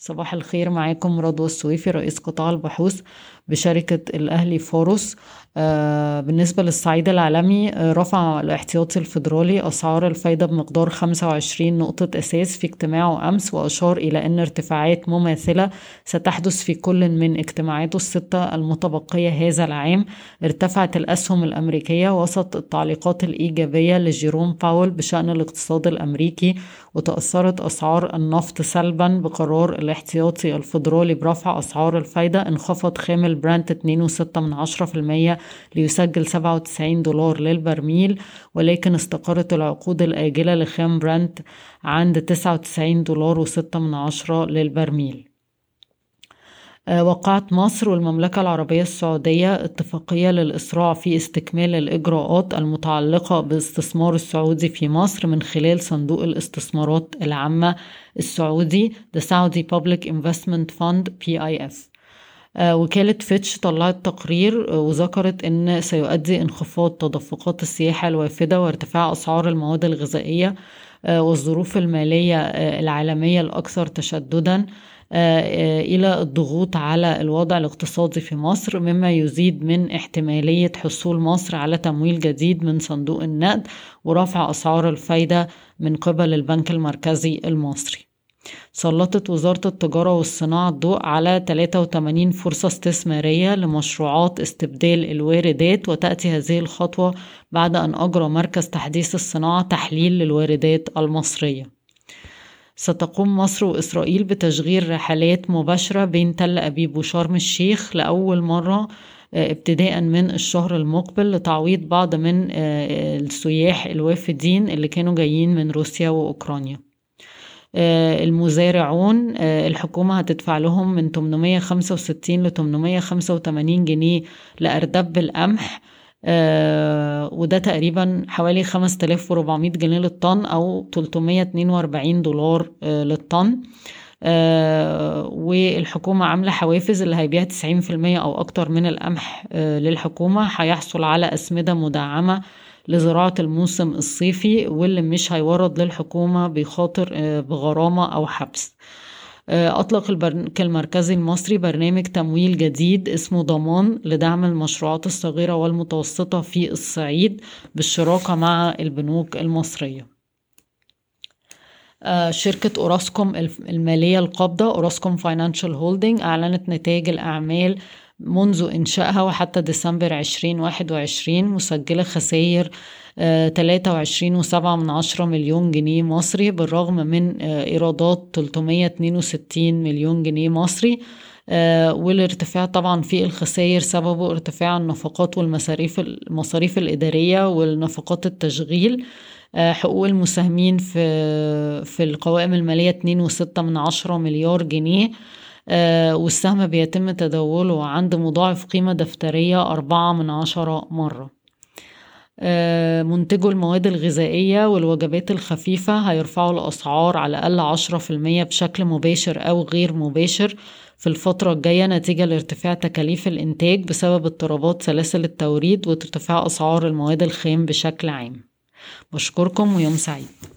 صباح الخير، معاكم رضوى السويفي رئيس قطاع البحوث بشركة الأهلي فورس. بالنسبة للصعيد العالمي، رفع الاحتياطي الفيدرالي أسعار الفايدة بمقدار 25 نقطة أساس في اجتماعه أمس، وأشار إلى أن ارتفاعات مماثلة ستحدث في كل من اجتماعاته الستة المتبقية هذا العام. ارتفعت الأسهم الأمريكية وسط التعليقات الإيجابية لجيروم باول بشأن الاقتصاد الأمريكي، وتأثرت أسعار النفط سلبا بقرار الاحتياطي الفيدرالي برفع أسعار الفايدة. انخفض خام البرنت 2.6% ليسجل $97 للبرميل، ولكن استقرت العقود الآجلة لخام برنت عند $99.06 للبرميل. وقعت مصر والمملكة العربية السعودية اتفاقية للإسراع في استكمال الإجراءات المتعلقة بالاستثمار السعودي في مصر من خلال صندوق الاستثمارات العامة السعودي The Saudi Public Investment Fund PIF. وكالة فيتش طلعت تقرير وذكرت أن سيؤدي انخفاض تدفقات السياحة الوافدة وارتفاع أسعار المواد الغذائية والظروف المالية العالمية الأكثر تشددا إلى الضغوط على الوضع الاقتصادي في مصر، مما يزيد من احتمالية حصول مصر على تمويل جديد من صندوق النقد ورفع أسعار الفايدة من قبل البنك المركزي المصري. سلطت وزارة التجارة والصناعة الضوء على 83 فرصة استثمارية لمشروعات استبدال الواردات، وتأتي هذه الخطوة بعد أن أجرى مركز تحديث الصناعة تحليل للواردات المصرية. ستقوم مصر وإسرائيل بتشغيل رحلات مباشرة بين تل أبيب وشرم الشيخ لأول مرة ابتداء من الشهر المقبل لتعويض بعض من السياح الوافدين اللي كانوا جايين من روسيا وأوكرانيا. المزارعون الحكومة هتدفع لهم من 865 ل 885 جنيه لأردب القمح، وده تقريبا حوالي 5400 جنيه للطن أو $342 للطن. والحكومة عاملة حوافز، اللي هيبيع 90% أو أكتر من القمح للحكومة هيحصل على أسمدة مدعمة لزراعة الموسم الصيفي، واللي مش هيورد للحكومة بيخاطر بغرامة أو حبس. أطلق البنك المركزي المصري برنامج تمويل جديد اسمه ضمان لدعم المشروعات الصغيرة والمتوسطة في الصعيد بالشراكة مع البنوك المصرية. شركة أوراسكوم المالية القابضة أوراسكوم فاينانشال هولدينج أعلنت نتائج الأعمال منذ إنشائها وحتى ديسمبر 2021، مسجلة خسائر 23.7 مليون جنيه مصري بالرغم من إيرادات 362 مليون جنيه مصري. والارتفاع طبعا في الخسائر سببه ارتفاع النفقات والمصاريف الإدارية والنفقات التشغيل. حقوق المساهمين في القوائم المالية 2.6 مليار جنيه، والسهم بيتم تداوله عند مضاعف قيمة دفترية 4 مرة. منتجو المواد الغذائية والوجبات الخفيفة هيرفعوا الأسعار على الأقل 10% بشكل مباشر أو غير مباشر في الفترة الجاية نتيجة لارتفاع تكاليف الإنتاج بسبب اضطرابات سلاسل التوريد وارتفاع أسعار المواد الخام بشكل عام. بشكركم ويوم سعيد.